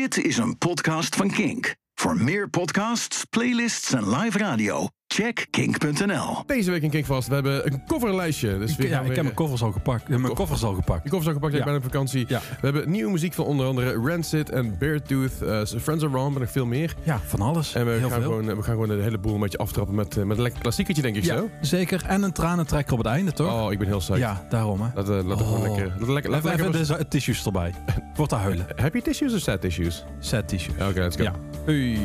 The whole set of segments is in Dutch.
Dit is een podcast van Kink. Voor meer podcasts, playlists en live radio, check kink.nl. Deze week in Kinkvast, we hebben een coverlijstje. Dus ik heb mijn koffers al gepakt. Mijn koffers al gepakt. Je koffers al gepakt, ik ben op vakantie. Ja. We hebben nieuwe muziek van onder andere Rancid en Beartooth, Friends Are Wrong en nog veel meer. Ja, van alles. En we gaan gewoon de hele boel een beetje aftrappen met een lekker klassieketje, denk ik zo. Zeker. En een tranentrekker op het einde, toch? Oh, ik ben heel psyched. Ja, daarom hè. Laten we gewoon lekker... Laten we even de tissues erbij. Wordt te huilen. Heb je tissues of sad tissues? Sad tissues. Oké, let's go. Ja. Hey.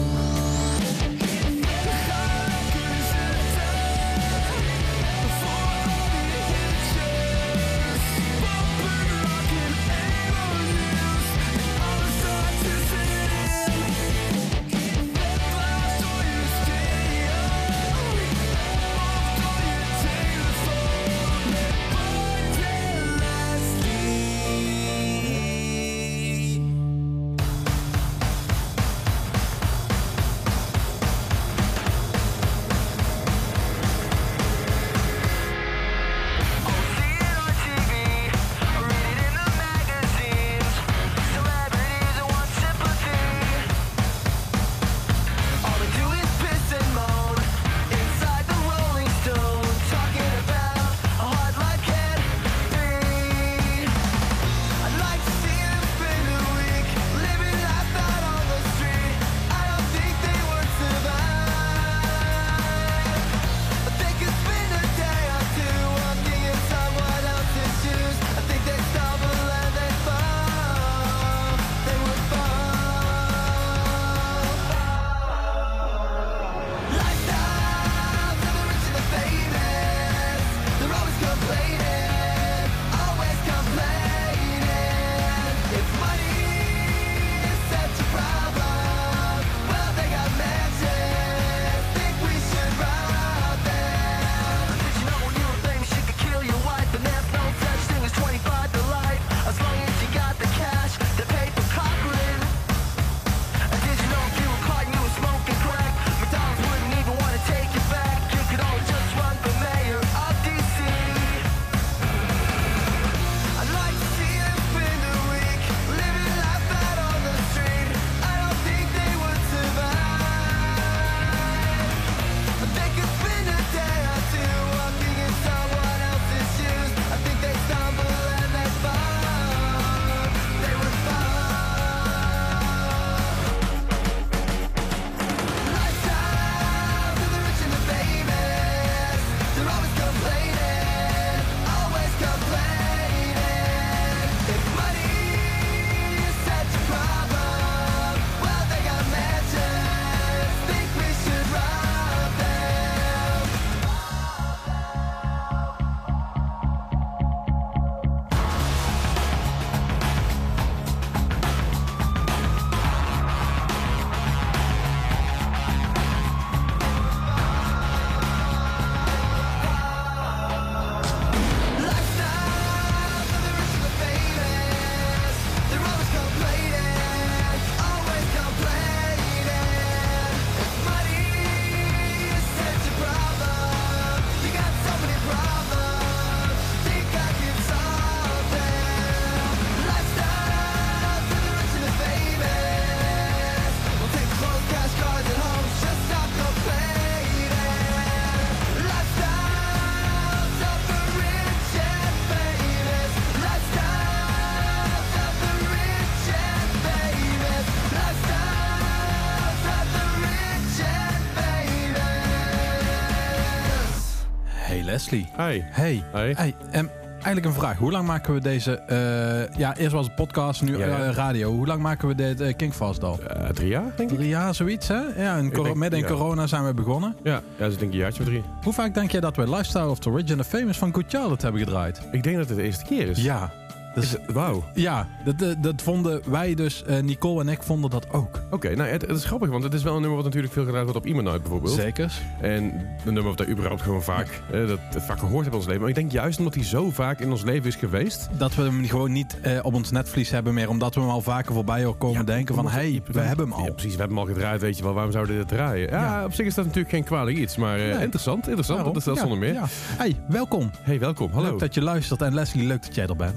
Leslie. Hey. Hey. Eigenlijk een vraag. Hoe lang maken we deze... eerst was het podcast, nu radio. Hoe lang maken we dit Kinkvast al? 3 jaar, denk ik. 3 jaar, zoiets, hè? Ja, midden in corona zijn we begonnen. Ja, dus ik denk een jaartje of 3. Hoe vaak denk jij dat we Lifestyle of the Rich and the Famous van Good Charlotte hebben gedraaid? Ik denk dat het de eerste keer is. Ja. Dus, wauw. Ja, dat vonden wij dus, Nicole en ik vonden dat ook. Oké, het is grappig, want het is wel een nummer wat natuurlijk veel gedraaid wordt op Imanite bijvoorbeeld. Zeker. En een nummer wat wij überhaupt gewoon vaak, vaak gehoord hebben in ons leven. Maar ik denk juist omdat hij zo vaak in ons leven is geweest. Dat we hem gewoon niet op ons netvlies hebben meer, omdat we hem al vaker voorbij komen denken van, we hebben hem al. Ja, precies, we hebben hem al gedraaid, weet je wel, waarom zouden we dit draaien? Ja, op zich is dat natuurlijk geen kwalijk iets, maar interessant, dat is dat zonder meer. Ja. Hey, welkom. Hey, welkom, hallo. Leuk dat je luistert en Leslie, leuk dat jij er bent. Zeker weten,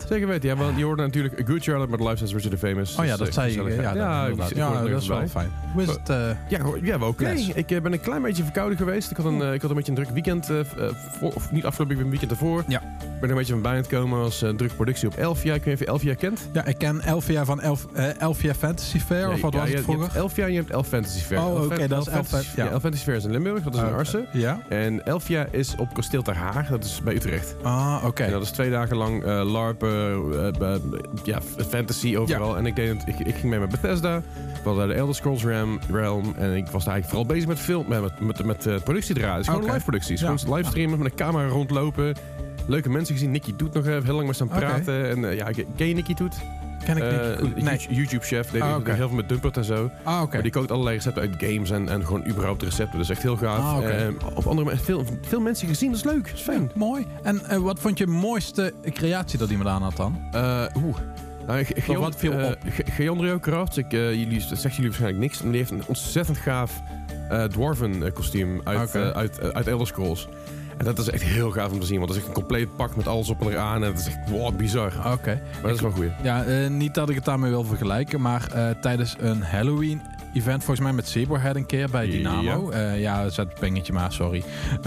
Ja, want je hoorde natuurlijk A Good Charlotte met Life Says Richard the Famous. Oh ja, dat zei je. Ja, dat is wel fijn. Hoe is het? Ja, wel oké. Ik ben een klein beetje verkouden geweest. Ik had een beetje een druk weekend. Of niet afgelopen weekend, een weekend ervoor. Ja. Ik ben er een beetje van bij aan het komen als drukke productie op Elfia. Ik weet niet of je Elfia kent. Ja, ik ken Elfia van Elfia Fantasy Fair. Of wat was het vroeger? Je hebt Elfia en je hebt Elf Fantasy Fair. Oh, oké, dat is Elf Fantasy Fair is in Limburg. Dat is in Arsen. Ja. En Elfia is op Kasteel Ter Haag. Dat is bij Utrecht. Ah, oké. En dat is 2 dagen lang LARPen, fantasy overal. Ja. En ik ging mee met Bethesda. We hadden de Elder Scrolls Realm. En ik was daar eigenlijk vooral bezig met film, met productie draaien. Dus gewoon live producties. Gewoon livestreamen, met een camera rondlopen. Leuke mensen gezien. Nicky Doet nog even heel lang met staan praten. En ken je Nicky Doet? Ken ik niet. Nee. YouTube-chef. Deed heel veel met Dumpert en zo. Maar die kookt allerlei recepten uit games en gewoon überhaupt recepten. Dat is echt heel gaaf. Op andere veel mensen gezien. Dat is leuk. Dat is fijn. Ja, mooi. En wat vond je mooiste creatie dat iemand aan had dan? Wat viel op? Geandrio Crafts. Jullie zegt jullie waarschijnlijk niks. Maar die heeft een ontzettend gaaf dwarven kostuum uit Elder Scrolls. En dat is echt heel gaaf om te zien, want dat is echt een compleet pak met alles op en eraan. En dat is echt bizar. Oké. Maar dat is wel goed. Ja, niet dat ik het daarmee wil vergelijken, maar tijdens een Halloween-event, volgens mij met Zebrahead een keer bij Dynamo. Zet het pingetje maar, sorry.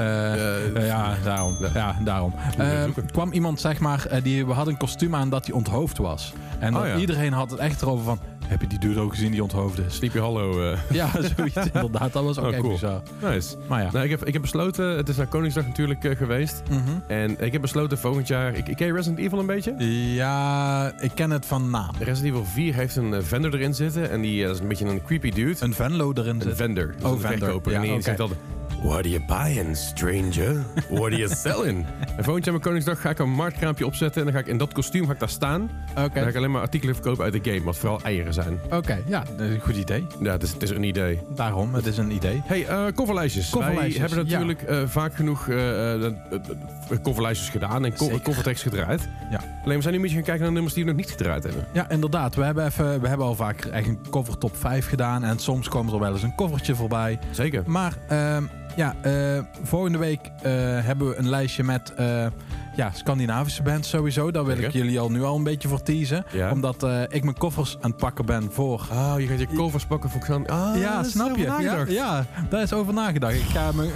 Daarom. Kwam iemand, zeg maar, we hadden een kostuum aan dat hij onthoofd was. En iedereen had het echt erover van, heb je die dude ook gezien die onthoofde? Sleepy Hollow. Ja, zoiets inderdaad. Dat was ook echt cool. bizar. Nice. Maar ja. Nou, ik heb besloten, het is naar Koningsdag natuurlijk geweest. Mm-hmm. En ik heb besloten volgend jaar... Ken je Resident Evil een beetje? Ja, ik ken het van naam. Resident Evil 4 heeft een vendor erin zitten. En die is een beetje een creepy dude. Een Venlo erin zitten? Een vendor. Oh, vendor. Ja, en die zegt altijd... What are you buying, stranger? What are you selling? En volgend jaar met Koningsdag ga ik een marktkraampje opzetten. En dan ga ik in dat kostuum daar staan. En dan ga ik alleen maar artikelen verkopen uit de game. Wat vooral eieren zijn. Oké, ja, dat is een goed idee. Ja, het is een idee. Daarom, het is een idee. Hey, coverlijstjes. Wij hebben natuurlijk vaak genoeg coverlijstjes gedaan. En covertekst gedraaid. Ja. Alleen we zijn nu een beetje gaan kijken naar nummers die we nog niet gedraaid hebben. Ja, inderdaad. We hebben al vaak echt een cover top 5 gedaan. En soms komt er wel eens een covertje voorbij. Zeker. Maar... volgende week hebben we een lijstje met Scandinavische bands sowieso. Daar wil ik jullie nu al een beetje voor teasen. Ja. Omdat ik mijn koffers aan het pakken ben voor... Oh, je gaat je koffers pakken voor... ja, snap je? Ja, daar is over nagedacht. Ik ga mijn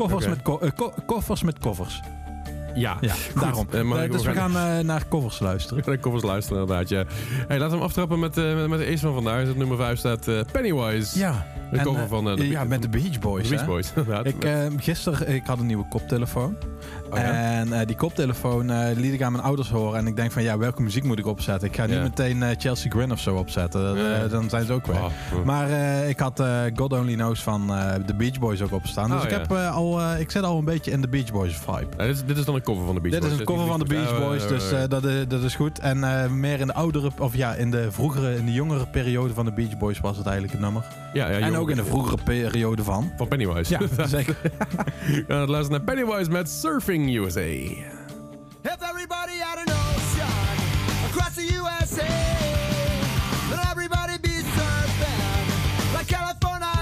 koffers met koffers. Ja, daarom. Dus we gaan naar covers luisteren. Naar covers luisteren, inderdaad, ja. Hey, laten we hem aftrappen met de eerste van vandaag. Het nummer 5 staat Pennywise. Ja. De cover van met de Beach Boys. De Beach Boys, inderdaad. Gisteren, ik had een nieuwe koptelefoon. En die koptelefoon liet ik aan mijn ouders horen. En ik denk van, welke muziek moet ik opzetten? Ik ga niet meteen Chelsea Grin of zo opzetten. Dan zijn ze ook weg. Maar ik had God Only Knows van de Beach Boys ook opstaan. Dus ik zit al een beetje in de Beach Boys vibe. Dit is dan een cover van de Beach Boys? Dit is een cover van de Beach Boys, dus dat is goed. En meer in de oudere, in de jongere periode van de Beach Boys was het eigenlijk het nummer. En ook in de vroegere periode van Pennywise. Ja, zeker. We gaan luisteren naar Pennywise met Surfing USA. If everybody had an ocean across the USA, then everybody be surfing like California.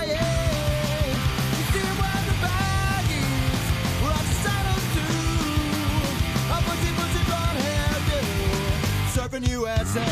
You see where the baggies were on the saddle too. A bushy blonde hairdo, surfing USA.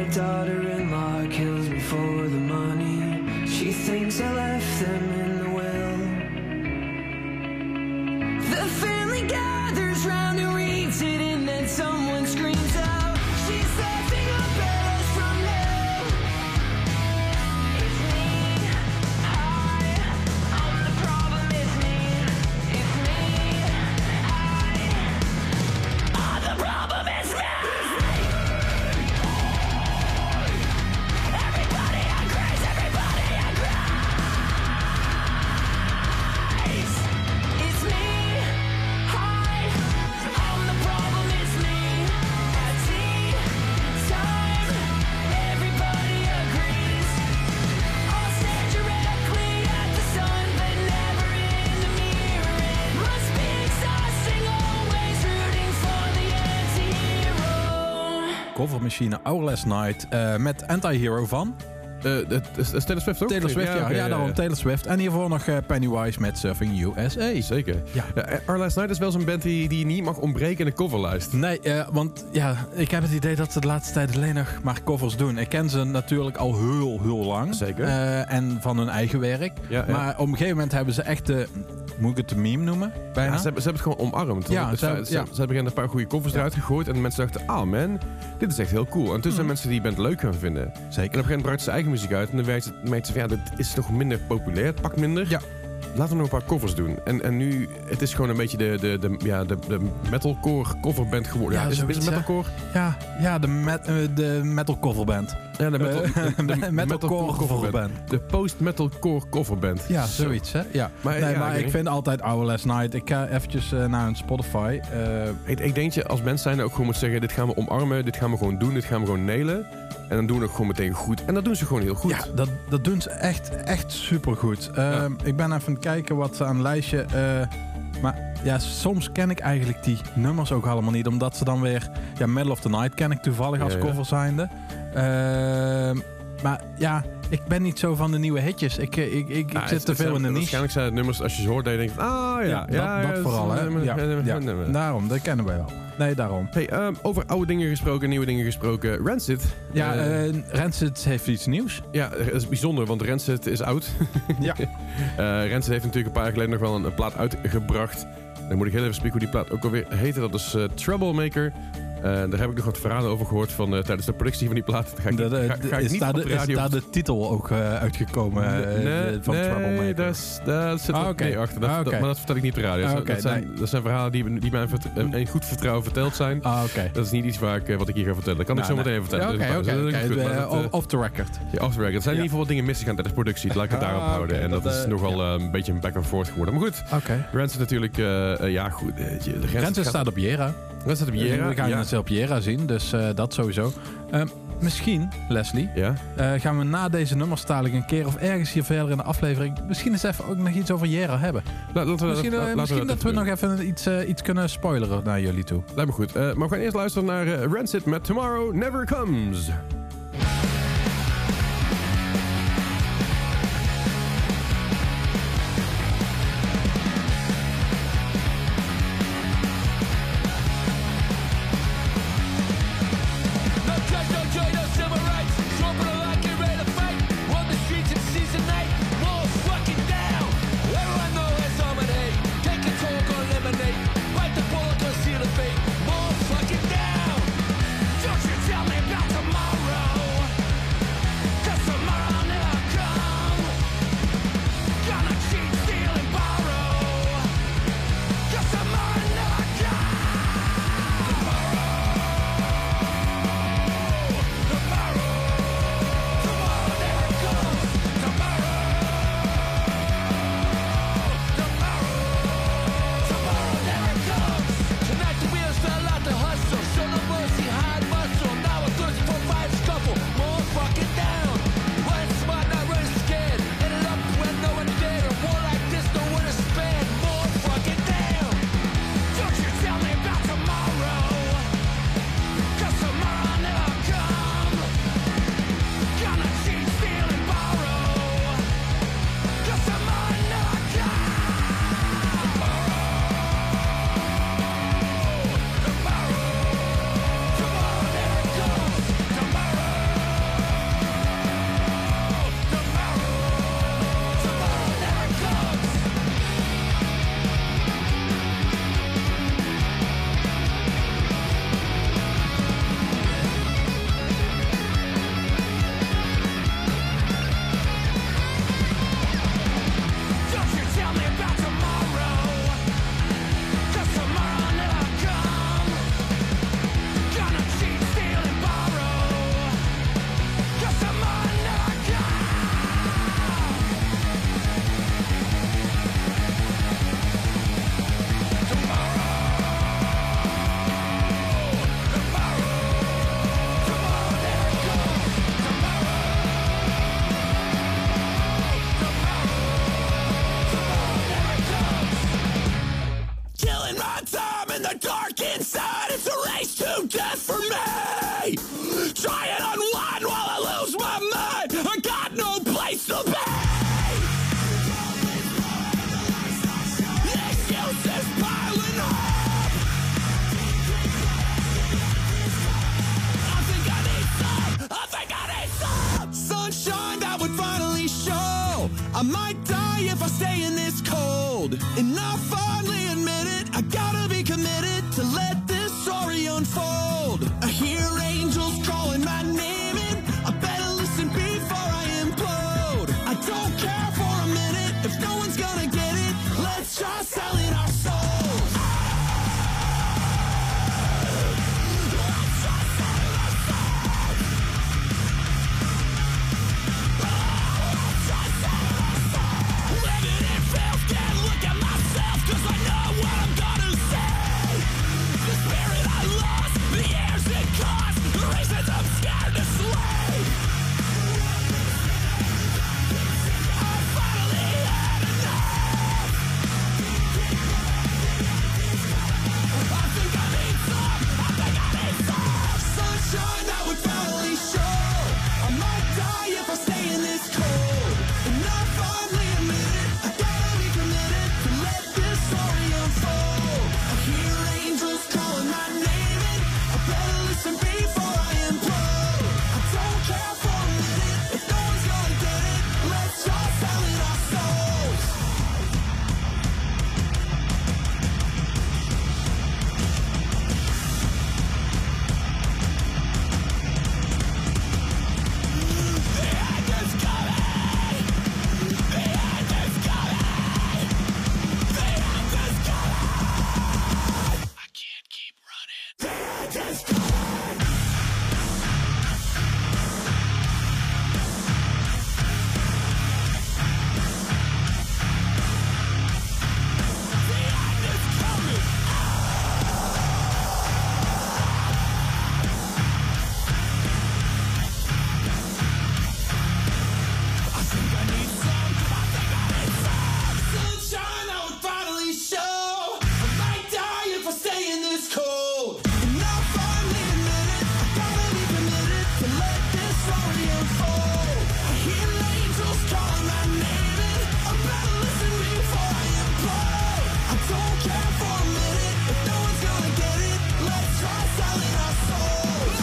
my daughter-in-law kills me for the money. She thinks I left them in the will. The family gathers round and reads it, and then someone screams out, she's laughing up at us from hell. It's me, I'm the problem, it's me. It's me, I'm the problem, it's me. Everybody agrees, everybody agrees. It's me, I'm the problem, it's me. At tea time, everybody agrees. I'll stare directly at the sun, but never in the mirror. It must be exhausting, always rooting for the anti-hero. Covermachine Hourless Night met Anti-Hero van Dat is Taylor Swift ook? Taylor Swift. oké, Daarom Taylor Swift. En hiervoor nog Pennywise met Surfing USA. Zeker. Ja. Our Last Night is wel zo'n band die niet mag ontbreken in de coverlijst. Nee, want ik heb het idee dat ze de laatste tijd alleen nog maar covers doen. Ik ken ze natuurlijk al heel lang. Zeker. En van hun eigen werk. Ja. Maar op een gegeven moment hebben ze echt de... Moet ik het de meme noemen? Bijna? Ja, ze hebben het gewoon omarmd. Ja, ze hebben een paar goede covers eruit gegooid. En de mensen dachten, man, dit is echt heel cool. En toen zijn mensen die band leuk gaan vinden. Zeker. En op een gegeven moment brachten ze eigen muziek uit. En dan merkten ze van, dit is nog minder populair. Het pakt minder. Ja. Laten we nog een paar covers doen. En nu, het is gewoon een beetje de metalcore coverband geworden. Ja, is het metalcore? Ja, de metal coverband. Ja, de metalcore coverband. De post-metalcore coverband. Ja, zoiets, hè? Ja. Maar ik vind altijd Our Last Night. Ik ga eventjes naar hun Spotify. Ik denk dat je als mens zijn ook gewoon moet zeggen, dit gaan we omarmen, dit gaan we gewoon doen, dit gaan we gewoon nailen. En dan doen we het gewoon meteen goed. En dat doen ze gewoon heel goed. Ja, dat doen ze echt supergoed. Ik ben even aan het kijken wat aan een lijstje... maar ja, soms ken ik eigenlijk die nummers ook helemaal niet. Omdat ze dan weer... Ja, Middle of the Night ken ik toevallig als cover zijnde. Maar ja, ik ben niet zo van de nieuwe hitjes. Ik zit te veel in de niche. Waarschijnlijk zijn het nummers, als je ze hoort, dat je denkt... dat vooral, hè. Daarom, dat kennen wij wel. Nee, daarom. Hey, over oude dingen gesproken, nieuwe dingen gesproken. Rancid. Ja, Rancid heeft iets nieuws. Ja, dat is bijzonder, want Rancid is oud. Ja. Rancid heeft natuurlijk een paar jaar geleden nog wel een plaat uitgebracht. Dan moet ik heel even spreken hoe die plaat ook alweer heette. Dat is Troublemaker. Daar heb ik nog wat verhalen over gehoord van tijdens de productie van die plaat. Ga ik niet op de radio... Is daar de titel ook uitgekomen van Troublemaker? Nee, daar zit wat mee achter. Maar dat vertel ik niet op de radio. Dat zijn verhalen die mij in goed vertrouwen verteld zijn. Dat is niet iets wat ik hier ga vertellen. Dat kan ik zo meteen even vertellen. Off the record. Ja, off the record. Er zijn in ieder geval wat dingen misgegaan tijdens productie. Laat ik het daarop houden. En dat is nogal een beetje een back and forth geworden. Maar goed, Rancid natuurlijk... goed. Rancid staat op Jera. We gaan het op Jera zien, dus dat sowieso. Misschien, Leslie, gaan we na deze nummerstaling een keer of ergens hier verder in de aflevering misschien eens even ook nog iets over Jera hebben. Misschien dat we nog even iets kunnen spoileren naar jullie toe. Lijkt me goed. Maar we gaan eerst luisteren naar Rancid met Tomorrow Never Comes. Don't you tell me about tomorrow. I might die if I stay in this cold. And I finally admit it, I gotta be committed to let this story unfold. I hear angels calling my name and I better listen before I implode. I don't care for a minute if no one's gonna get it. Let's just sell it our souls. Living in filth, can't look at myself 'cause I know what I'm gonna say. The spirit I lost, the years it cost, the reasons I'm scared to slay. I finally had enough. I think I need some. Sunshine that would finally show. I might die if I stay in this cold. And I finally admit it, I gotta be committed to let this story unfold. I hear angels calling my name and I better listen before I implode. I don't care for a minute if no one's gonna get it. Let's just sell it our souls. The end is coming. The end is coming. The end is coming. I can't keep running. The end is coming. The end is coming. I think I need some. Sunshine that would finally show. I might die if I stay in this cold. And I finally admit it, I gotta be committed to let this story unfold. I hear angels calling my name and I better listen before I implode. I don't care for a minute if no one's gonna get it. Let's try selling our souls.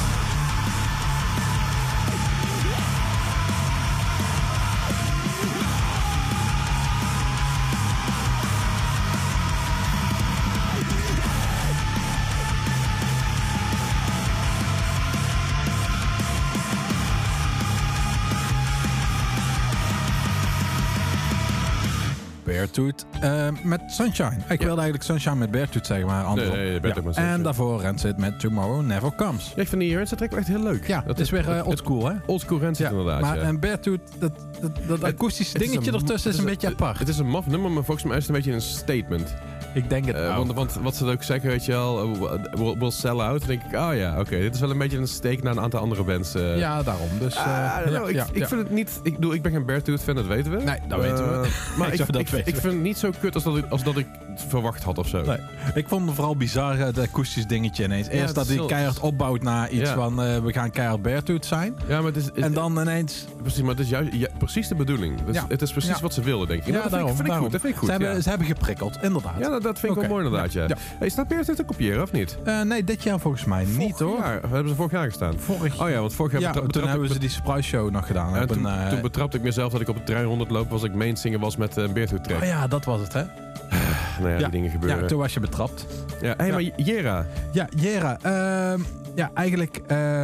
Beartooth met Sunshine. Ik wilde eigenlijk Sunshine met Beartooth zeggen, maar andersom. Nee, Beartooth met Sunshine. En daarvoor Rancid met Tomorrow Never Comes. Ja, ik vind die Rancid track echt heel leuk. Ja, dat is weer oldschool, hè? Oldschool Rancid inderdaad, Maar ja. en Beartooth, dat akoestische het is dingetje een- ertussen is een beetje apart. Het is een maf nummer, maar volgens mij is het een beetje een statement. Ik denk het ook. Want wat ze ook zeggen, weet je wel, we'll sell out. Dan denk ik, oh ja, oké, dit is wel een beetje een steek naar een aantal andere bands. Ja, daarom. Dus, Ik vind het niet... Ik ben geen Beartooth fan, dat weten we. Nee, dat weten we. Maar Dat ik weten we. vind het niet zo kut als dat ik verwacht had of zo. Nee. Ik vond het vooral bizar, het akoestisch dingetje ineens. Eerst het dat is hij heel- keihard opbouwt naar iets Ja. van... we gaan keihard Beartooth zijn. Ja, maar het is... En dan ineens... Precies, maar het is juist precies de bedoeling. Dus Ja. Het is precies Ja. wat ze wilden, denk ik. Ja, dat daarom. vind ik daarom. goed. Dat vind ik goed, Ze hebben geprikkeld, inderdaad. Ja, dat vind ik Oké. wel mooi inderdaad, ja. Ja. Hey, staat Beartooth te kopiëren, of niet? Nee, dit jaar volgens mij niet, hoor. Ja, hebben ze vorig jaar gestaan? Vorig Oh ja, want vorig jaar Ja, toen hebben ze die surprise show nog gedaan. En Op toen, een, toen betrapte ik mezelf dat ik op de trein 100 loop, was ik main singer was met een Beartooth track. oh ja, dat was het, hè? Nou ja, die dingen gebeuren. Ja, toen was je betrapt. Ja, hey, Ja. maar Jera. Ja, Jera. Ja, eigenlijk...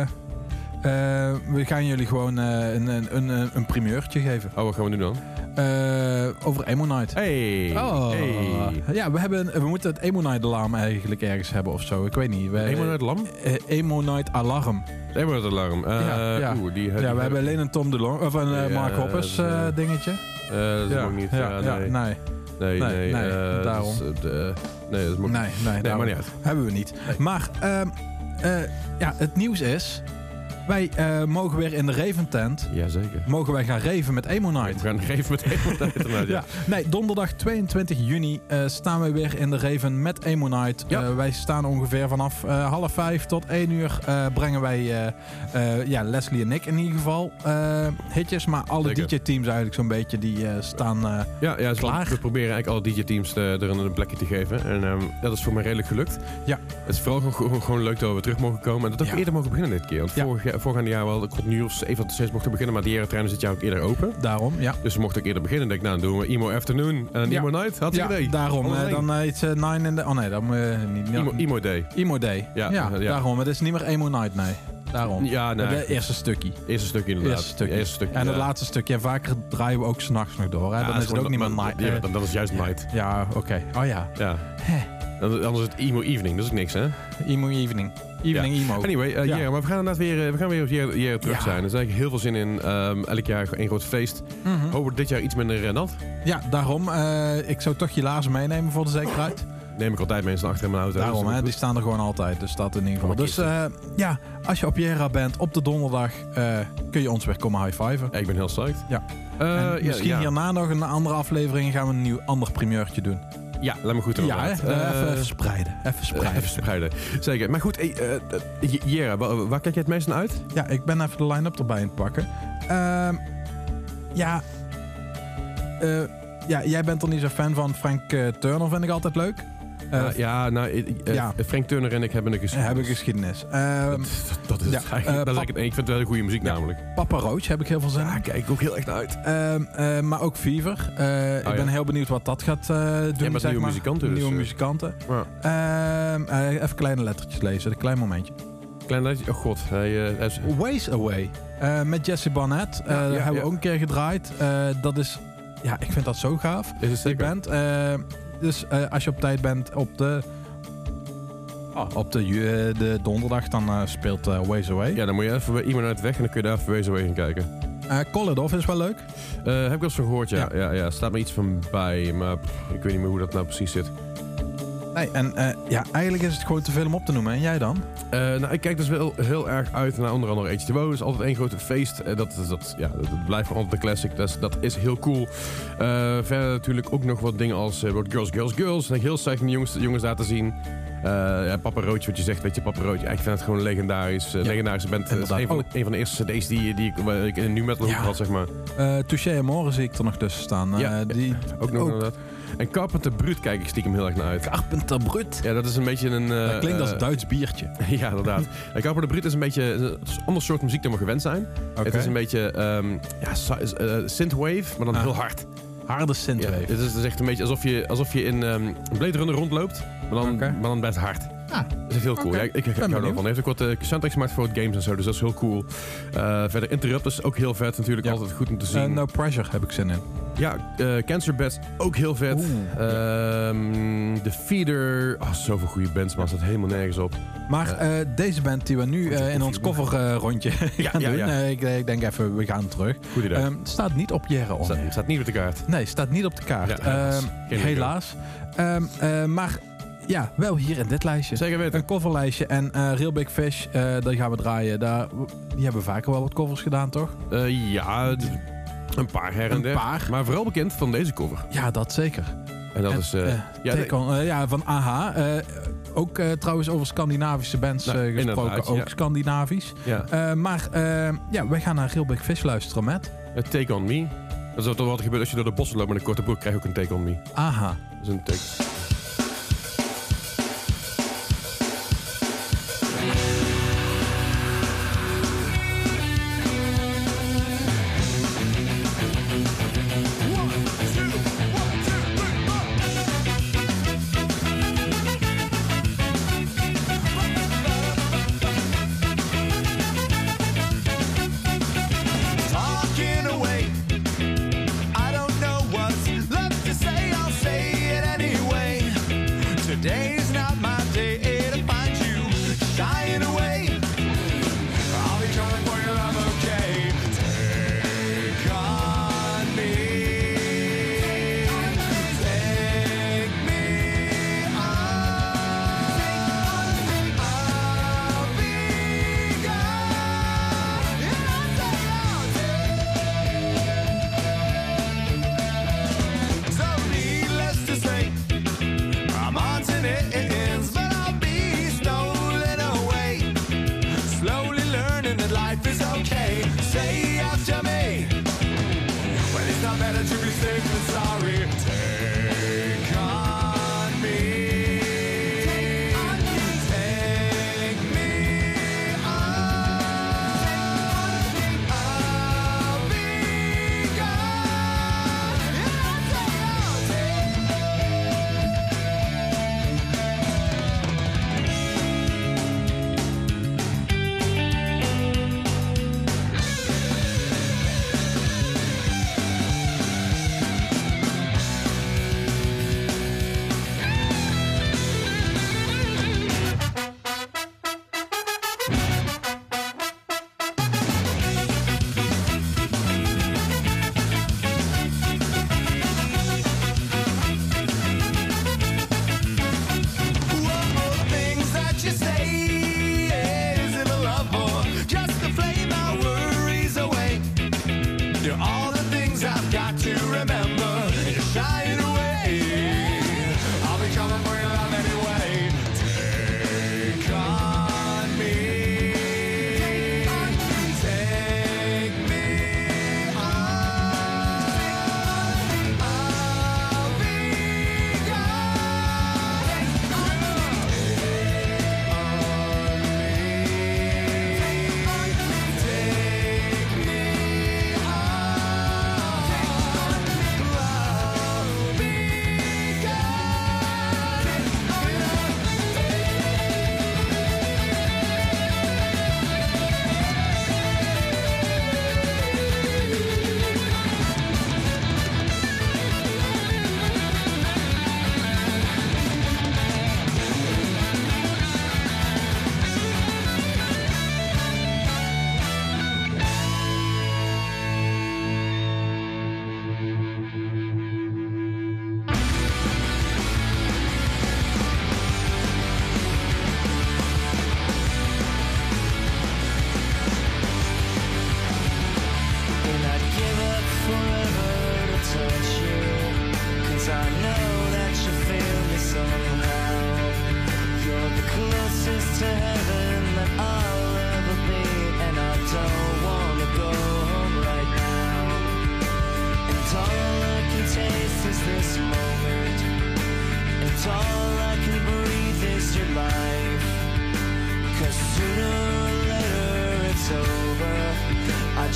we gaan jullie gewoon een primeurtje geven. Oh, wat gaan we nu dan? Over Emo Night. Hey. Oh. Hey. Ja, we moeten het Emo Night alarm eigenlijk ergens hebben of zo. Ik weet niet. Emo Night Lam? Emo Night alarm. Emo Night Alarm. Ja. We hebben alleen een Tom DeLonge of een Ja, Mark Hoppus dat is, dingetje. dat is ook niet. Nee. Nee, daarom. Nee, dat is ook Nee, maar niet uit. Hebben we niet. Nee. Maar het nieuws is... Wij mogen weer in de Raventent... Jazeker. Mogen wij gaan raven met Emo Night. We gaan even met Emo Night inderdaad, Ja. Nee, donderdag 22 juni staan we weer in de Raven met Emo Night. Ja. Wij staan ongeveer vanaf 4:30 tot 1 uur brengen wij, Leslie en ik in ieder geval, hitjes. Maar alle Zeker. DJ-teams eigenlijk zo'n beetje, die staan... Ja, klaar. we proberen eigenlijk alle DJ-teams er een plekje te geven. En dat is voor mij redelijk gelukt. Ja. Het is vooral gewoon leuk dat we weer terug mogen komen. En dat we ook Ja. eerder mogen beginnen dit keer. Want Ja. voorgaande jaar wel tot een uur of 7 tot 6 mochten beginnen. Maar die trein is dit jaar ook eerder open. Daarom, ja. Dus we mochten ook eerder beginnen. Ik denk, nou, dan doen we Emo Afternoon en een Emo Night. Had je idee? Daarom. Dan iets 9 in de... Oh nee, dat moet je niet... Emo Day. Emo Day. Ja, daarom. Het is niet meer Emo Night, nee. Daarom. Ja, nee. Het eerste stukje. Eerste stukje inderdaad. Eerste stukje. En het laatste stukje. En vaker draaien we ook 's nachts nog door. Hè? Dan is het ook niet meer night. Ja, dan is het juist night. Ja, oké. Oh ja. Dan is het Emo Evening. Dat is ook niks, hè? Emo Evening. Evening Emo. Anyway, maar we gaan inderdaad weer op Jera terug zijn. Er is eigenlijk heel veel zin in. Elk jaar één groot feest. Hopen dit jaar iets minder nat. Ja, daarom. Ik zou toch je laarzen meenemen voor de zekerheid. Neem ik altijd mensen achter in mijn auto. Daarom, hè, die staan er gewoon altijd. Dus dat in ieder geval. Dus als je op Jera bent op de donderdag, kun je ons weer komen high-fiven. Ik ben heel psyched. Ja. Misschien hierna nog een andere aflevering gaan we een ander primeurtje doen. Ja, laat me goed Ja, even spreiden. Even spreiden. Zeker. Maar goed, Jera, waar kijk je het meest naar uit? Ja, ik ben even de line-up erbij aan het pakken. Jij bent er niet zo fan van. Frank Turner vind ik altijd leuk. Frank Turner en ik hebben een geschiedenis. Dat is het eigenlijk. Ik vind het wel een goede muziek namelijk. Papa Roach heb ik heel veel zin in. Ja, kijk ik ook heel erg naar uit. Maar ook Fever. Ik ben heel benieuwd wat dat gaat doen. Met nieuwe muzikanten. Nieuwe muzikanten. Even kleine lettertjes lezen. Een klein momentje. Klein lettertje? Oh god. Ways Away. Met Jesse Barnett. Hebben we ook een keer gedraaid. Dat is... Ja, ik vind dat zo gaaf. Is het zeker? Die band. Dus als je op tijd bent op de donderdag, dan speelt Ways Away. Ja, dan moet je even bij iemand uit weg en dan kun je daar even Ways Away gaan kijken. Call It Off is wel leuk. Heb ik wel eens van gehoord, ja. Staat me iets van bij, maar ik weet niet meer hoe dat nou precies zit. Nee, en eigenlijk is het gewoon te veel om op te noemen. En jij dan? Ik kijk dus wel heel erg uit naar onder andere H2O. Dat is altijd één grote feest. Dat blijft gewoon altijd de classic. Dat is heel cool. Verder natuurlijk ook nog wat dingen als Girls. Dat heel sterk de jongens daar te zien. Papa Roach, wat je zegt, weet je, Papa Roach. Ik vind het gewoon legendarische band. Het is een van de eerste cd's die ik in nu metal had, zeg maar. Touché Amore zie ik er nog tussen staan. Die ook nog inderdaad. En Carpenter Brut kijk ik stiekem heel erg naar uit. Carpenter Brut? Ja, dat is een beetje een... dat klinkt als een Duits biertje. Ja, inderdaad. Carpenter Brut is een beetje een ander soort muziek dan we gewend zijn. Okay. Het is een beetje synthwave, maar dan heel hard. Harde synthwave. Het is echt een beetje alsof je in Blade Runner rondloopt, maar dan best hard. Dat is echt heel cool. Ja, ik hou ervan. Hij heeft ook wat soundtracks gemaakt voor games en zo, dus dat is heel cool. Verder Interrupt is ook heel vet natuurlijk, altijd goed om te zien. No Pressure heb ik zin in. Ja, Cancer Bats ook heel vet. The Feeder. Zoveel goede bands, maar staat helemaal nergens op. Maar deze band die we nu in ons kofferrondje gaan doen. Ik denk even, we gaan terug. Goed idee. Staat niet op Jera On. Staat niet op de kaart. Nee, staat niet op de kaart. Helaas. Maar ja, wel hier in dit lijstje. Zeker weten. Een coverlijstje. En Real Big Fish, dat gaan we draaien. Die hebben vaker wel wat covers gedaan, toch? Een paar her en der. Maar vooral bekend van deze cover. Ja, dat zeker. En dat is... van AHA. Ook trouwens over Scandinavische bands gesproken. Ook Scandinavisch. Ja. Wij gaan naar Real Big Fish luisteren met... Take On Me. Dat is wat er gebeurt als je door de bossen loopt met een korte broek. Krijg je ook een Take On Me. AHA. Dat is een take... Talking away, I don't know what's left to say. I'll say it anyway.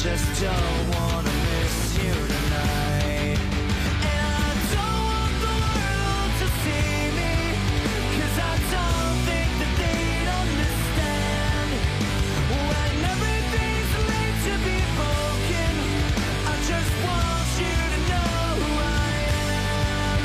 just don't wanna miss you tonight. And I don't want the world to see me, 'cause I don't think that they'd understand. When everything's made to be broken, I just want you to know who I am.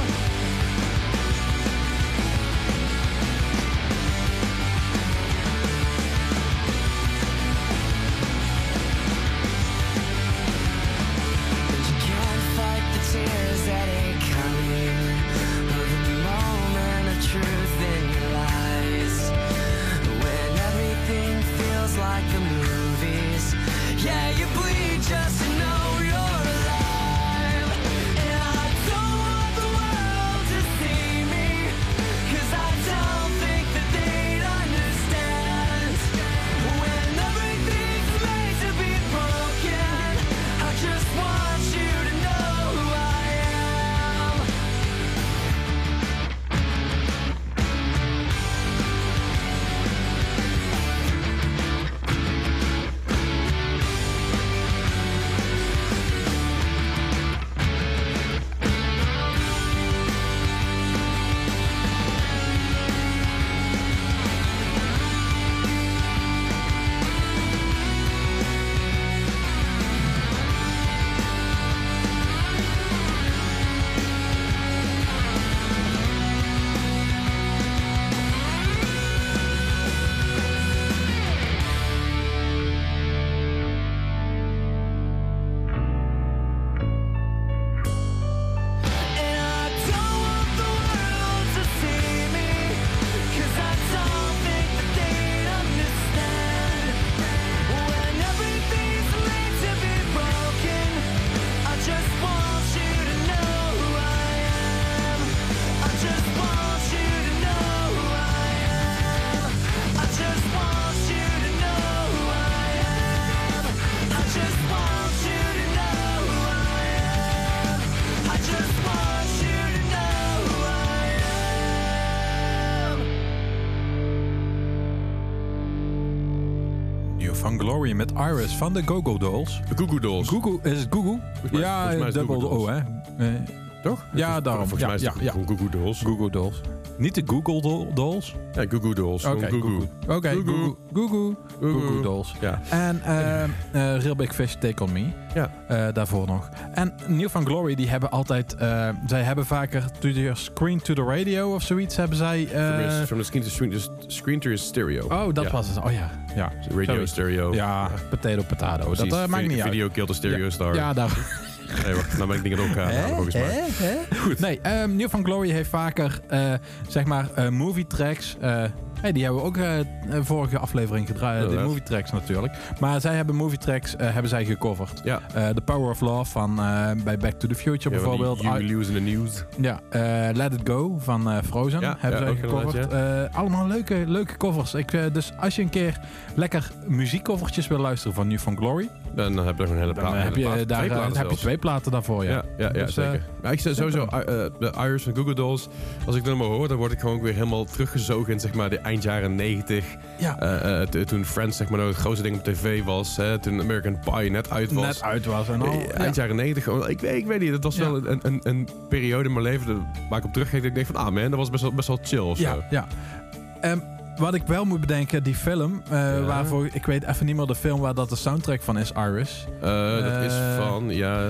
And you can't fight the tears that ain't coming, or the moment of truth in your eyes. When everything feels like the movies, yeah, you bleed just to know you're alive. And I don't want the world to see me, 'cause I don't think that they'd understand. When everything's made to be broken, I just want you to know who I am. And I don't want the world to see me, 'cause I don't think that they'd understand. When everything's made to be broken, I just want you to know who I am. I just want you to know who I am. I just want you to know who I am. I just want you to know who I am. I just want you to know who I am. New Found Glory met Iris van de Go-Go Dolls. De Goo Goo Dolls. Google, is het Google? mij- Ja, volgens mij is het dubbel Google O, Dolls. hè? Toch? Ja, daarom. Volgens mij is het ja. gewoon Goo Goo Dolls. Google Dolls. Niet de Google Dolls? Ja, Goo Goo Dolls. Oké, Gewoon Goo Goo. Google. Oké, Google. Google. Google Dolls. Ja. En Real Big Fish, Take On Me. Ja. Daarvoor nog. En New Found Glory, die hebben altijd... zij hebben vaker to the screen to the radio of zoiets hebben zij... From the screen to stereo. oh, dat Ja. was het. Oh ja. Ja, Radio, Sorry. stereo. Ja, potato. Precies. Dat maakt niet uit. Video kill the stereo star. Ja, daar... Nee, wacht. Nou ben ik dingen opgehaald. Volgens mij. Goed. Nee, New Found Glory heeft vaker, zeg maar, movie tracks. Die hebben we ook vorige aflevering gedraaid. De movie tracks natuurlijk. Maar zij hebben movie tracks hebben zij gecoverd. Ja. The Power of Love van bij Back to the Future Ja, bijvoorbeeld. You Lose in the News. Ja, Let It Go van Frozen hebben zij ook gecoverd. Allemaal leuke covers. Dus als je een keer lekker muziekcovertjes wil luisteren van New Found Glory, Dan heb je nog een hele plaat. heb je twee platen daarvoor. Ja, Ja, Dus, zeker. Maar ik zeg sowieso, de Iris van Google Dolls, als ik dat maar hoor, dan word ik gewoon weer helemaal teruggezogen in zeg maar de eind jaren 90. Ja. Toen Friends zeg maar nog het grootste ding op tv was. Toen American Pie net uit was. Net uit was en al. Eind jaren 90. Gewoon, ik weet niet, het was wel een periode in mijn leven waar ik op terugkijk dat ik denk van, ah man, dat was best wel chill of zo. Ja. Wat ik wel moet bedenken, die film, waarvoor ik weet even niet meer de film waar dat de soundtrack van is, Iris. Dat is van, ja...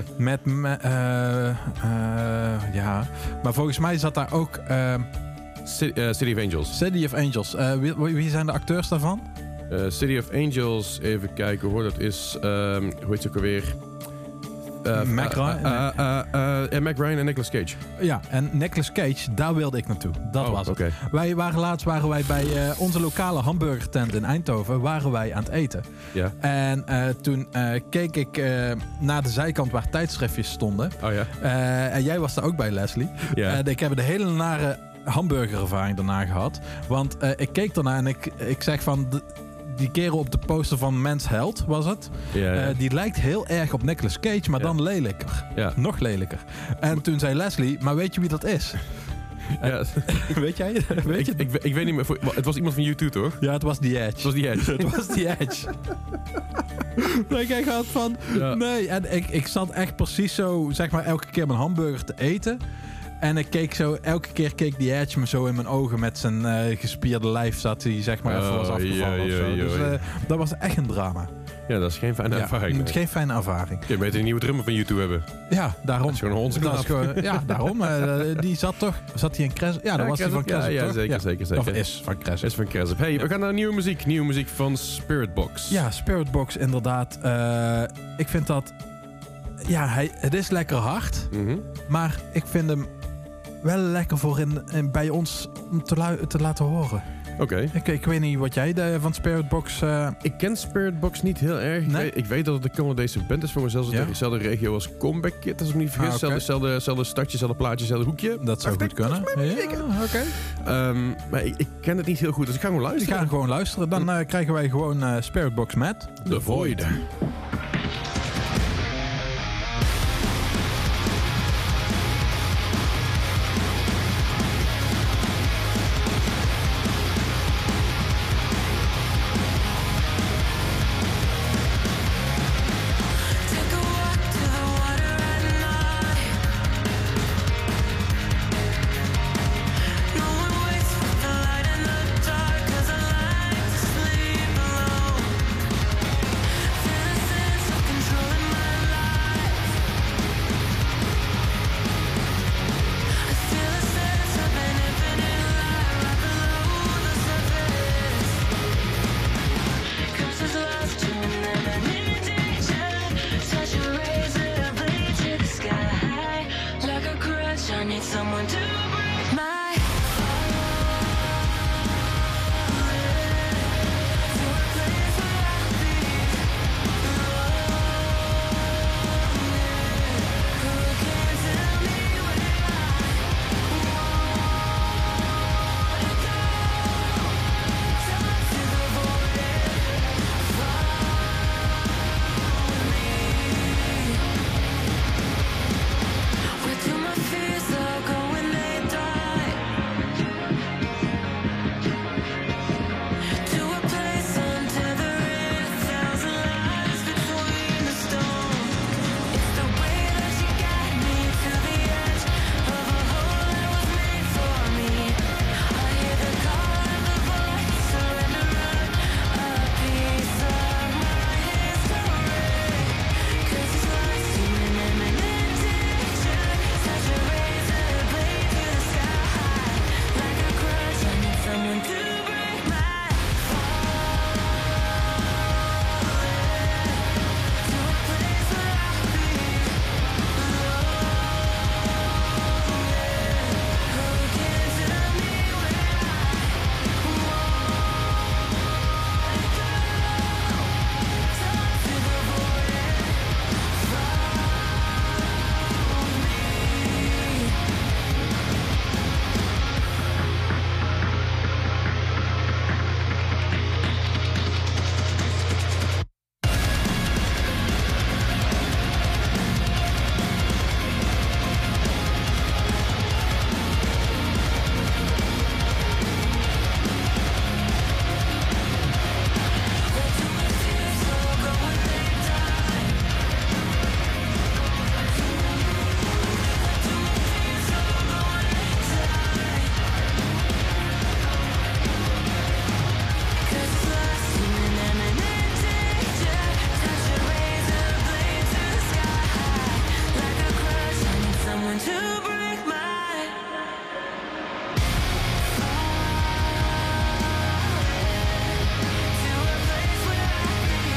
Maar volgens mij zat daar ook City of Angels. City of Angels. Wie zijn de acteurs daarvan? City of Angels, even kijken hoor, dat is, hoe heet ze ook alweer? Mac Ryan? Mac Ryan en Nicolas Cage. Ja, en Nicolas Cage, daar wilde ik naartoe. Dat was het. Okay. Laatst waren wij bij onze lokale hamburgertent in Eindhoven waren wij aan het eten. Ja. En toen keek ik naar de zijkant waar tijdschriftjes stonden. Oh ja. En jij was daar ook bij, Leslie. Ja. Ik heb de hele nare hamburgerervaring daarna gehad. Want ik keek daarna en ik zeg van... Die kerel op de poster van Men's Health was het. Ja. Die lijkt heel erg op Nicolas Cage, maar dan lelijker. Ja. Nog lelijker. En toen zei Leslie, maar weet je wie dat is? Ja. Weet jij? Weet je? Ik weet niet meer. Het was iemand van YouTube, toch? Ja, het was The Edge. Het was die Edge. Het was The Edge. Dat ik echt had van... Ja. Nee, en ik zat echt precies zo, zeg maar, elke keer mijn hamburger te eten. En ik keek zo, elke keer keek The Edge me zo in mijn ogen met zijn gespierde lijf zat hij, zeg maar, even was afgevallen of zo. Dus dat was echt een drama. Ja, dat is geen fijne ervaring. Het is geen fijne ervaring. Je beter een nieuwe drummer van YouTube hebben. Ja, daarom. Dat is gewoon onze Dat is knap. gewoon, ja, daarom. Die zat toch... Zat hij in Crescent? Ja, dat was hij van Crescent, Ja, toch? zeker. Of is van Crescent. Is van Crescent. Hey, we gaan naar nieuwe muziek. Nieuwe muziek van Spiritbox. Ja, Spiritbox, inderdaad. Ik vind dat... Ja, het is lekker hard. Mhm. Maar ik vind hem wel lekker voor bij ons om te laten horen. Oké. Ik weet niet wat jij van Spiritbox... Ik ken Spiritbox niet heel erg. Nee? Ik weet dat het een Canadese band is voor mezelf. Ja? Dezelfde regio als Comeback Kid, als ik me niet vergis. oké. Hetzelfde stadje, hetzelfde plaatje, hetzelfde hoekje. dat zou goed kunnen. Ja, oké. Maar ik ken het niet heel goed, dus ik ga gewoon We luisteren. gaan gewoon luisteren. Dan krijgen wij gewoon Spiritbox met... The Void. Take a walk to the water at night. No one waits with the light in the dark, 'cause I like to sleep alone. Feel a sense of control in my life. I feel a sense of an infinite light right below the surface. Comes as lost you in the meditation. Touch your razor blade to the sky. Like a crutch, I need someone to break my fall. To a place where I'll be alone. Who can tell me where I want to go? Talk to the void and where do my fears all go when they die? To a place untethered, 1,000 lives between the stone. It's the way that you guide me to the edge of a hole that was made for me. I hear the call of the void, surrender a piece of my history. 'Cause it's lost in an imminent danger. Touch a razor blade to the sky. Like a crutch, I need someone to break my fall. To a place where I'll be alone. Who can tell me where I want to go? Talk to the void and someone to break my to a place where I'll be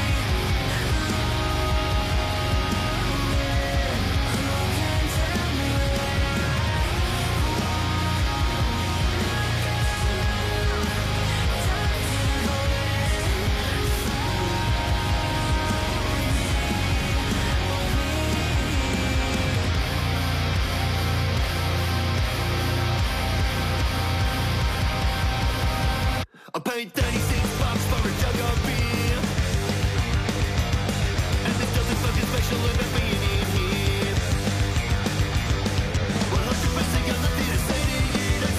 alone. Who can tell me I paid $36 for a jug of beer, and there's nothing fucking special about being in here. 100% got nothing to say to you.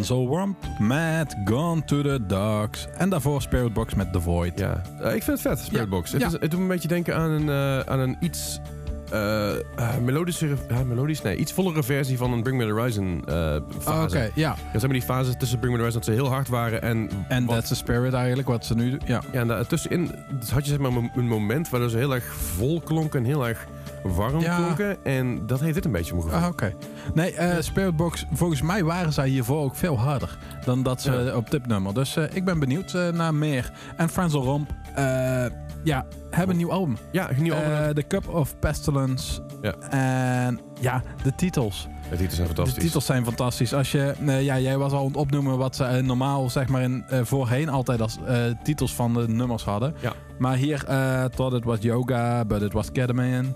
Frenzal Rump met Gone to the Dogs. En daarvoor Spirit Box met The Void. Ja, ik vind het vet, Spirit Box. Ja. Het doet me een beetje denken aan een iets iets vollere versie van een Bring Me The Horizon fase. Oké, ja. Ja, zijn die fases tussen Bring Me The Horizon dat ze heel hard waren En wat- That's the Spirit eigenlijk, wat ze nu doen. Ja. Ja, en daartussenin had je zeg maar een moment waar ze heel erg vol klonken en heel erg warm klonken. En dat heeft dit een beetje omgevoerd. Oké. Nee, Spirit Box, volgens mij waren zij hiervoor ook veel harder dan dat ze op dit nummer. Dus ik ben benieuwd naar meer. En Frenzal Rump, hebben een nieuw album. Ja, een nieuw album. The Cup of Pestilence. Ja. En ja, de titels. De titels zijn fantastisch. De titels zijn fantastisch. Als je, jij was al aan het opnoemen wat ze normaal zeg maar voorheen altijd als titels van de nummers hadden. Ja. Maar hier, Thought It Was Yoga, But It Was Ketamine.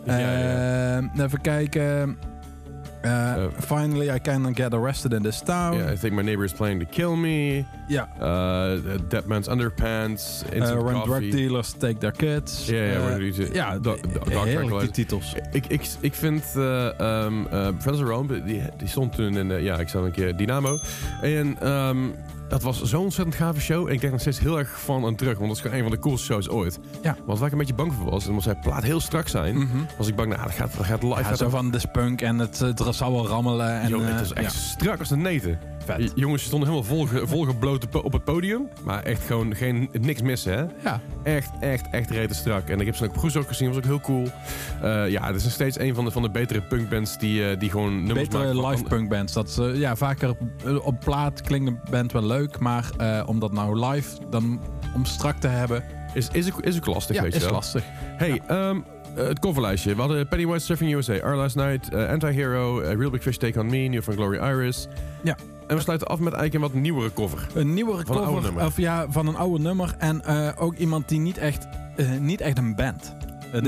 Even kijken. Finally, I Cannot Get Arrested in This Town. Yeah, I Think My Neighbor Is Planning To Kill Me. Ja. Dead Man's Underpants. Instant When Coffee. Drug Dealers Take Their Kids. Heerlijk die titels. Ik vind Frenzal Rump, die stond toen in, ik zag een keer Dynamo. En dat was zo'n ontzettend gave show. En ik kijk nog steeds heel erg van aan terug. Want dat is gewoon een van de coolste shows ooit. Ja. Want waar ik een beetje bang voor was, omdat zij plaat heel strak zijn, was ik bang, dat gaat live. Ja, zo van de spunk en het zal wel rammelen. En, het was echt strak als de neten. Vet. Jongens stonden helemaal volgebloot op het podium. Maar echt gewoon niks missen, hè? Ja. Echt rete strak. En ik heb ze ook op Groes ook gezien, was ook heel cool. Het is nog steeds een van de betere punkbands die gewoon nummers maken. Betere live punkbands. Dat vaker op plaat klinkt een band wel leuk, maar om dat nou live dan om strak te hebben, is ook lastig, weet je wel. is lastig. Hey, het coverlijstje. We hadden Pennywise Surfing USA, Our Last Night, Anti-Hero, Real Big Fish Take On Me, New van Glory Iris. Ja. En we sluiten af met eigenlijk een wat nieuwere cover. Een nieuwere Van een oude cover nummer. van een oude nummer. En ook iemand die niet echt een band. Het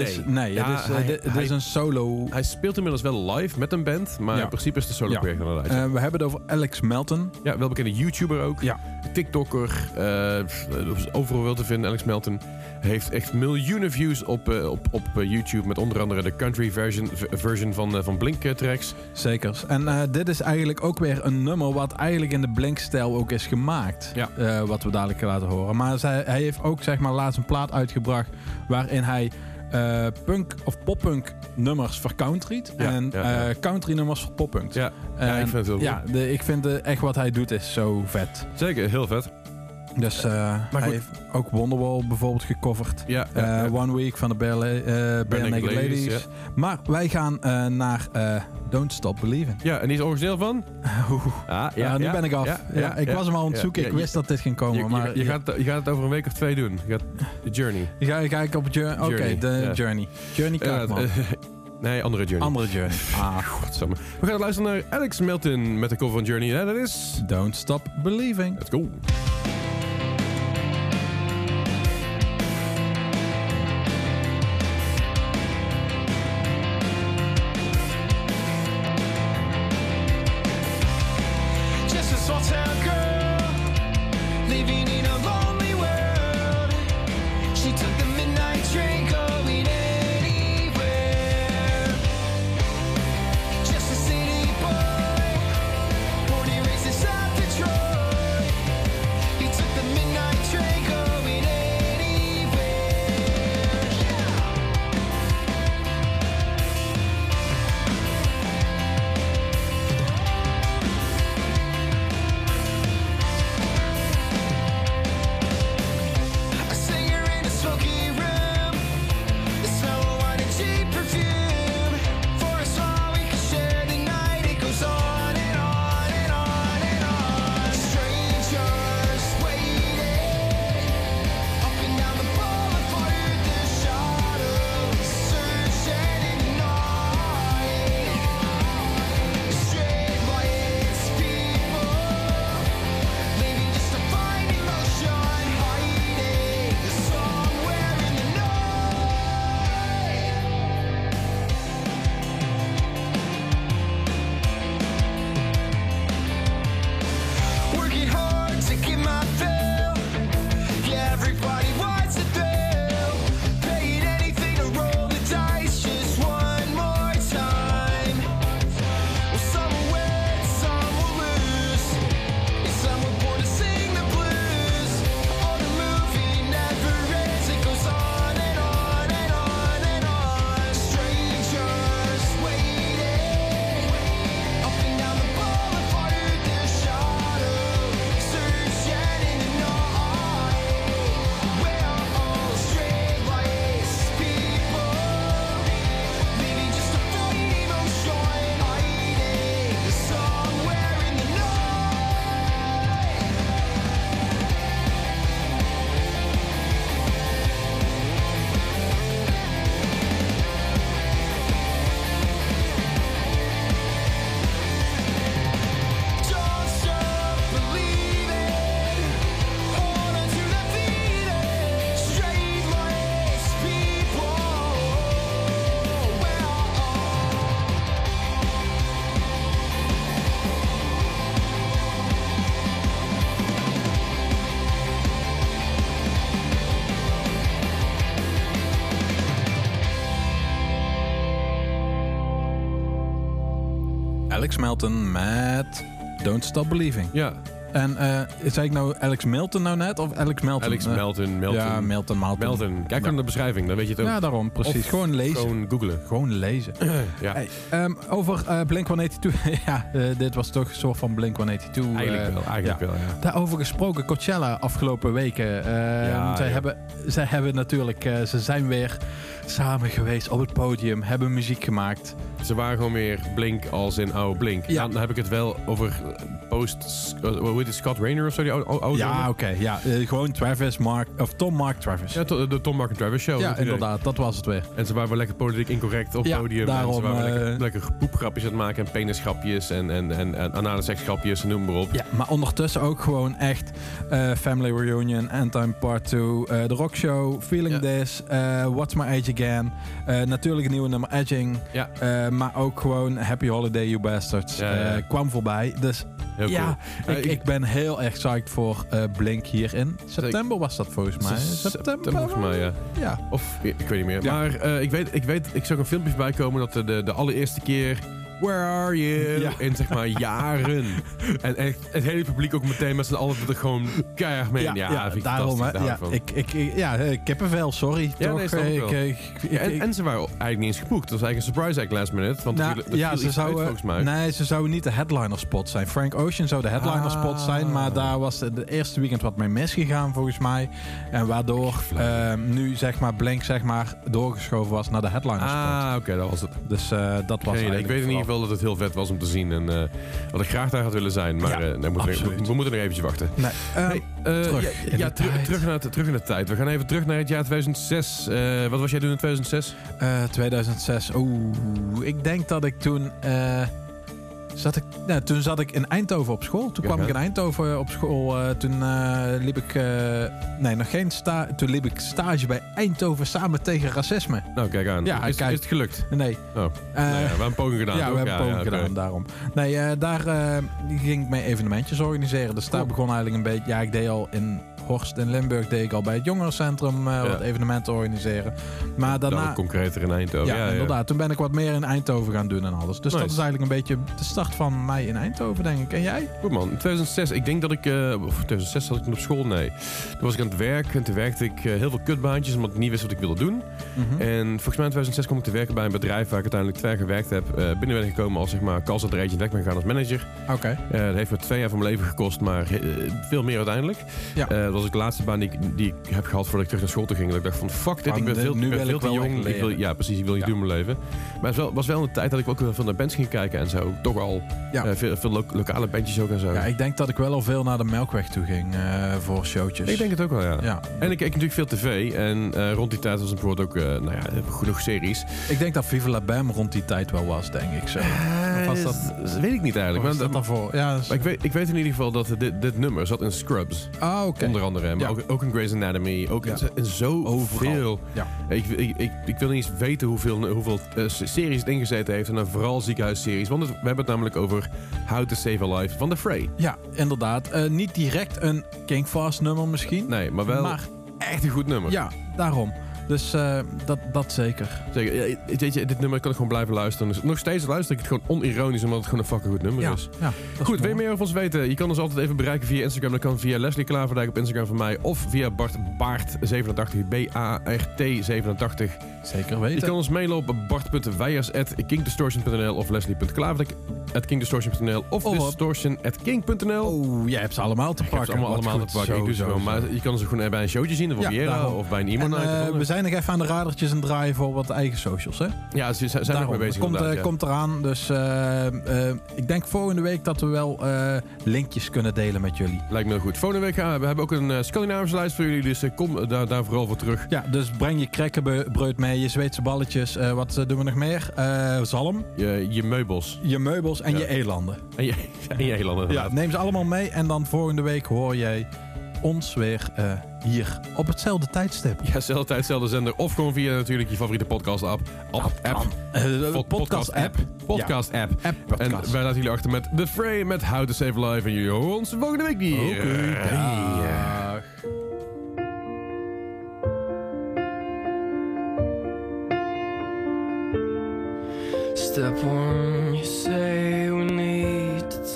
is een solo. Hij speelt inmiddels wel live met een band, maar in principe is het een solo project inderdaad. We hebben het over Alex Melton. Ja, welbekende YouTuber ook. Ja. TikToker. Overal wel te vinden. Alex Melton heeft echt miljoenen views op YouTube. Met onder andere de country version van Blink tracks. Zeker. En dit is eigenlijk ook weer een nummer wat eigenlijk in de Blink-stijl ook is gemaakt. Ja. Wat we dadelijk laten horen. Maar hij heeft ook zeg maar laatst een plaat uitgebracht waarin hij punk of poppunk nummers vercountryt. En country nummers voor poppunk. Ja, ik vind het heel goed. Ik vind echt wat hij doet is zo vet. Zeker, heel vet. Dus hij heeft ook Wonderwall bijvoorbeeld gecoverd. One Week van de Bare Naked Ladies. Ja. Maar wij gaan naar Don't Stop Believing. Ja, en die is origineel van? Nu ben ik af. Ik was hem al aan het zoeken. Ik wist dat dit ging komen. Je gaat het over een week of 2 doen. Je gaat de Journey. Ga ik op Journey? Oké, de Journey. Journey Kaakman. Nee, andere Journey. Andere Journey. Godsamme. We gaan luisteren naar Alex Melton met de cover van Journey. En dat is... Don't Stop Believing. Let's go. Just a small town girl living in a lonely world. She took the midnight train going anywhere. Just a city boy, born and raised in South Detroit. Alex Melton met Don't Stop Believing. Ja. En zei ik nou Alex Milton nou net of Alex Melton? Alex Melton. Ja, Melton. Kijk naar de beschrijving, dan weet je het ook. Ja, daarom, precies. Of gewoon lezen. Gewoon googlen. Gewoon lezen. Ja. Hey, over Blink-182. Ja, dit was toch een soort van Blink-182. Eigenlijk wel, ja. Daarover gesproken, Coachella afgelopen weken. Zij hebben natuurlijk, ze zijn weer samen geweest op het podium, hebben muziek gemaakt. Ze waren gewoon meer Blink als in oude Blink. Ja. Dan heb ik het wel over hoe heet het, Scott Raynor of zo, die oude Ja, oké. Ja, gewoon Tom Mark Travis. Ja, de Tom Mark and Travis show. Ja, natuurlijk. inderdaad, dat was het weer. En ze waren wel lekker politiek incorrect op het Ja, podium. daarom, En ze waren lekker poepgrapjes aan het maken en penisgrapjes en anale seksgrapjes en noem maar op. Ja, maar ondertussen ook gewoon echt Family Reunion, Endtime Part 2, The Rock Show, Feeling This, What's My Age Again. Natuurlijk een nieuwe nummer, Edging. Ja. Maar ook gewoon Happy Holiday, You Bastards. Ja. Kwam voorbij. Dus Heel ja, cool. ik ben heel erg psyched voor Blink hier in september was dat volgens mij. September volgens mij, ja. Ja. Of, ik weet niet meer. Ja. Maar ik zag een filmpje voorbij komen dat de allereerste keer Where are you? Ja. In zeg maar jaren. En echt het hele publiek ook meteen met z'n allen er gewoon keihard mee. Ja, vind ik daarom. fantastisch. Daar hou ik van. Kippenvel, sorry. Ja, toch? nee, snap ik wel. En ze waren eigenlijk niet eens geboekt. Dat was eigenlijk een surprise act last minute. Want Nou, dat viel ze iets uit, zouden, volgens mij. nee, ze zouden niet de headliner spot zijn. Frank Ocean zou de headliner spot zijn, maar daar was de eerste weekend wat mee misgegaan volgens mij. En waardoor nu zeg maar Blink zeg maar doorgeschoven was naar de headliner spot. Oké, dat was het. Dus dat was Ik weet in ieder geval dat het heel vet was om te zien. En wat ik graag daar had willen zijn. Maar Ja, we moeten nog eventjes wachten. Nee, Terug in de tijd. We gaan even terug naar het jaar 2006. Wat was jij doen in 2006? 2006. Ik denk dat ik toen... toen zat ik in Eindhoven op school. Toen kwam ik in Eindhoven op school. Toen liep ik... nog geen stage. Toen liep ik stage bij Eindhoven samen tegen racisme. Nou, kijk aan. Ja, is het gelukt? Nee. Oh. We hebben een poging gedaan. Ja, we hebben een poging gedaan, oké. daarom. Nee, daar ging ik mee evenementjes organiseren. Dus daar begon eigenlijk een beetje... Ja, ik deed al in Horst in Limburg deed ik al bij het jongerencentrum wat evenementen organiseren. Maar daarna... Dan concreter in Eindhoven. Ja, inderdaad. Toen ben ik wat meer in Eindhoven gaan doen en alles. Dus Nice. dat is eigenlijk een beetje de start van mij in Eindhoven, denk ik. En jij? Goed man, in 2006, ik denk dat ik... 2006 zat ik nog op school, nee. Toen was ik aan het werk en toen werkte ik heel veel kutbaantjes omdat ik niet wist wat ik wilde doen. En volgens mij in 2006 kwam ik te werken bij een bedrijf waar ik uiteindelijk 2 jaar gewerkt heb. Binnen ben ik gekomen als zeg maar call center agent, weg ben gegaan als manager. Oké. Dat heeft me 2 jaar van mijn leven gekost, maar veel meer uiteindelijk. Ja. Dat was ook de laatste baan die ik heb gehad voordat ik terug naar school toe ging. Dat ik dacht van fuck dit, ik ben veel te jong. Ik wil iets doen in mijn leven. Maar het was wel een tijd dat ik ook wel veel naar bands ging kijken en zo. Toch al veel lokale bandjes ook en zo. Ja, ik denk dat ik wel al veel naar de Melkweg toe ging voor showtjes. Ik denk het ook wel, ja. Ja. En ik keek natuurlijk veel tv. En rond die tijd was het bijvoorbeeld ook genoeg series. Ik denk dat Viva La Bam rond die tijd wel was, denk ik zo. Of was dat... weet ik niet eigenlijk. Of was dat daarvoor? Ja, Maar ik weet in ieder geval dat dit nummer zat in Scrubs. oké. Onder andere. Maar ook in Grey's Anatomy. Ook in zoveel. Ja. Ik wil niet eens weten hoeveel series het ingezeten heeft. En dan vooral ziekenhuisseries. Want we hebben het namelijk over How to Save a Life van The Fray. Ja, inderdaad. Niet direct een King Fast nummer misschien. Nee, maar wel echt een goed nummer. Ja, daarom. Dus dat zeker. Zeker. Ja, weet je, dit nummer kan ik gewoon blijven luisteren. Dus nog steeds luister ik het gewoon onironisch, omdat het gewoon een fucking goed nummer is. Ja, Goed, wil je meer over ons weten? Je kan ons altijd even bereiken via Instagram. Dat kan via Leslie Klaverdijk op Instagram van mij. Of via Baart87, BART87. Zeker weten. Je kan ons mailen op bart.wijers@kingdistortion.nl of leslie.klaverdijk@kingdistortion.nl of distortion@king.nl. Oh, jij hebt ze allemaal te pakken. Allemaal te pakken. Ik doe ze gewoon. Maar je kan ze gewoon bij een showtje zien of of bij een e-mail. We zijn nog even aan de radertjes en draaien voor wat eigen socials, hè? Ja, ze zijn er mee bezig. Komt eraan. Dus ik denk volgende week dat we wel linkjes kunnen delen met jullie. Lijkt me heel goed. Volgende week we hebben ook een Scandinavische lijst voor jullie. Dus kom daar vooral voor terug. Ja, dus breng je krekkenbreud mee, je Zweedse balletjes. Wat doen we nog meer? Zalm. Je meubels. Je meubels en je elanden. En je elanden. Ja, neem ze allemaal mee. En dan volgende week hoor jij ons weer hier op hetzelfde tijdstip. Ja, zelfde tijd, zelfde zender. Of gewoon via natuurlijk je favoriete podcast-app. Podcast-app. Podcast-app. En wij laten jullie achter met The Fray, met How to Save a Life. En jullie horen ons volgende week weer. Dag. Step one, you say we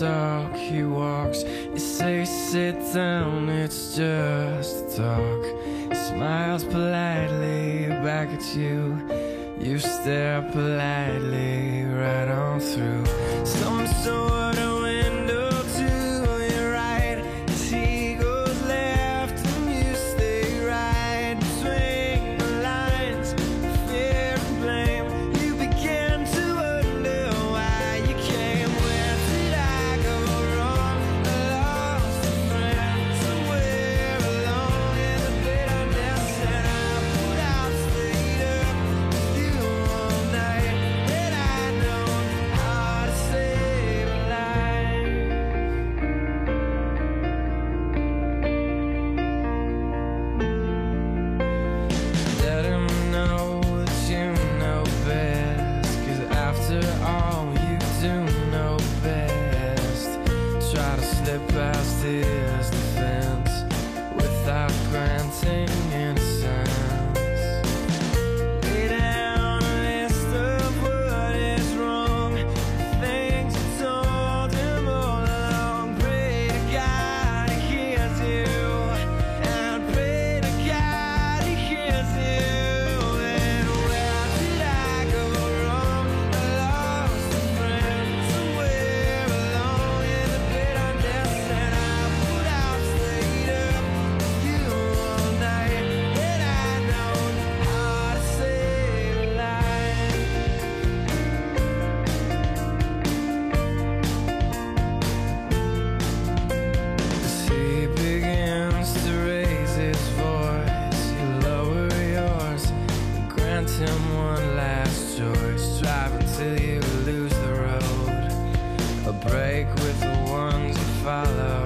talk, he walks. You say sit down, it's just talk. He smiles politely back at you. You stare politely right on through some sort of window to your right. As he goes left and you stay right between the lines of fear and blame. You begin to wonder why you came. Where did I go wrong? I lost a friend somewhere along in the bitterness, and I put out, stayed up with you all night. And I know how to save a life. Let him know that you know best, 'cause after all you do know best. Try to slip past his defense without granting innocence. Lay down a list of what is wrong, the things you told him all along. Pray to God he hears you, and pray to God he hears you. And where did I go wrong? I lost a friend somewhere along in the bitterness, and I put out, stayed up with you all night. And I know how to save a life. As he begins to raise his voice, you lower yours and grant him one last choice. Drive until you lose the road, a break with the ones you follow.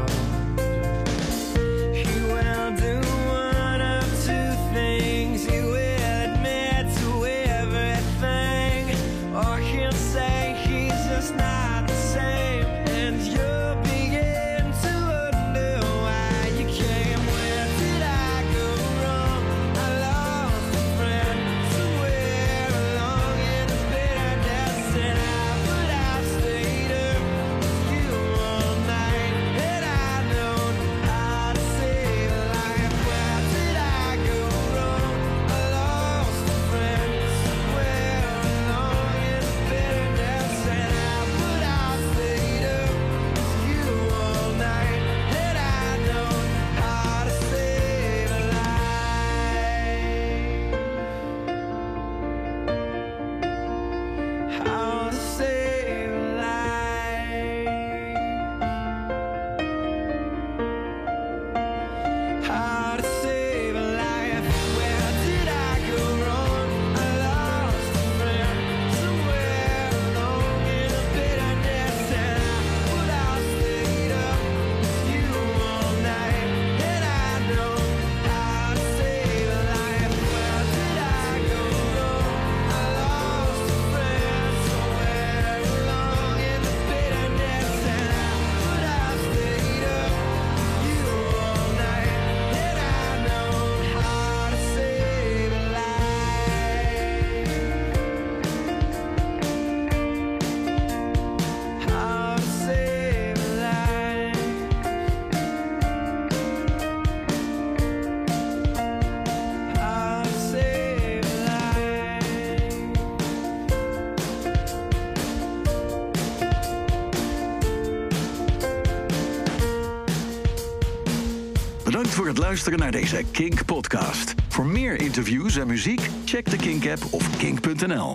He will do one of two things. He will admit to everything, or he'll say he's just not the same, and you'll begin to wonder why you came. Where did I go wrong? I lost a friend somewhere along in the bitterness, and I put out, stayed up with you all night. And I know how to save a life. Where did I go wrong? I lost a friend somewhere along in the bitterness, and I put out, stayed up with you all night. And I know how to save a life. How to save a life. How to save a life. Where did I go wrong? I lost a friend somewhere along in the bitterness, and I put out, stayed up with you all night. And I know how to save a life. Where did I go wrong? I lost a friend somewhere along in the bitterness, and I put out, stayed up with you all night. And I know how to save a life. How to save a life. How to save a Bedankt voor het luisteren naar deze Kink-podcast. Voor meer interviews en muziek, check de Kink-app of kink.nl.